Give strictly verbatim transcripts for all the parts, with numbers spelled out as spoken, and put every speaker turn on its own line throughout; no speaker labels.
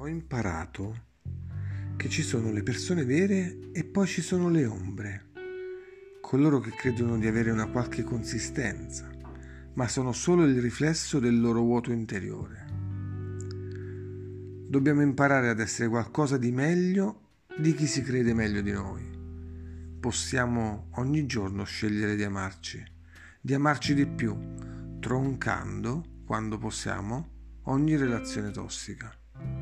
Ho imparato che ci sono le persone vere e poi ci sono le ombre, coloro che credono di avere una qualche consistenza, ma sono solo il riflesso del loro vuoto interiore. Dobbiamo imparare ad essere qualcosa di meglio di chi si crede meglio di noi. Possiamo ogni giorno scegliere di amarci, di amarci di più, troncando, quando possiamo, ogni relazione tossica.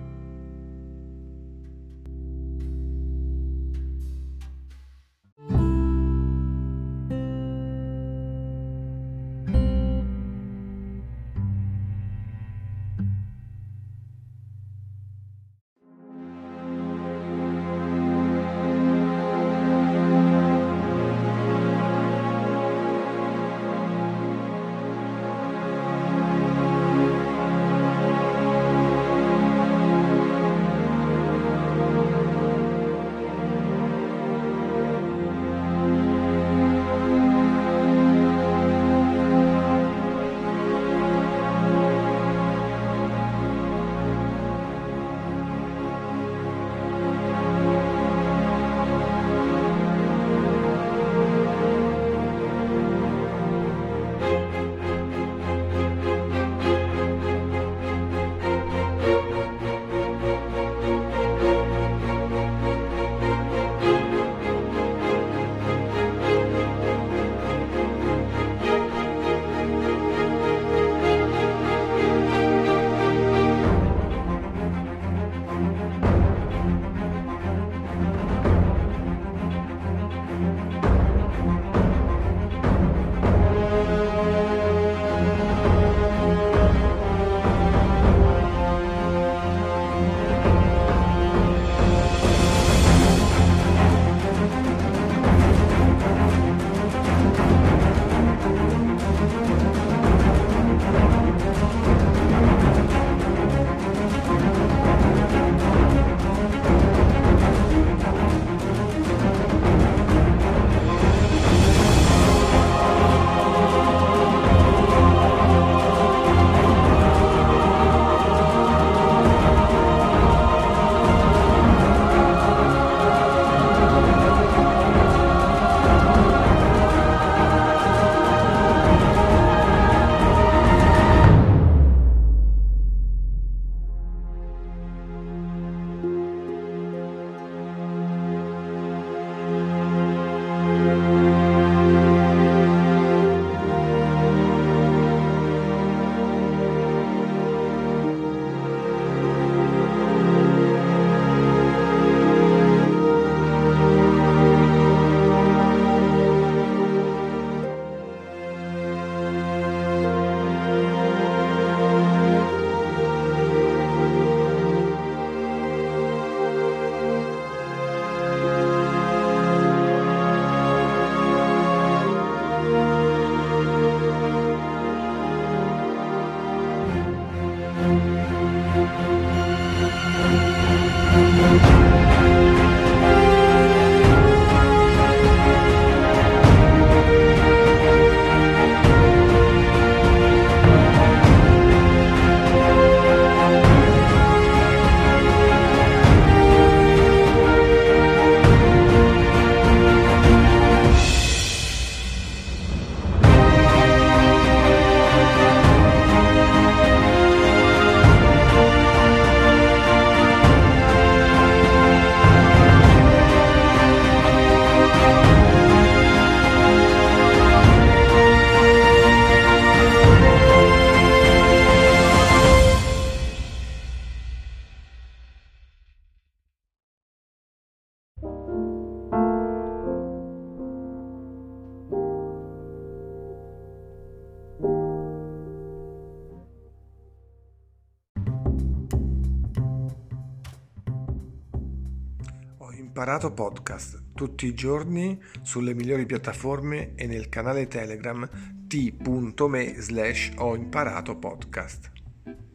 Imparato podcast tutti i giorni sulle migliori piattaforme e nel canale Telegram t punto me slash ho imparato podcast.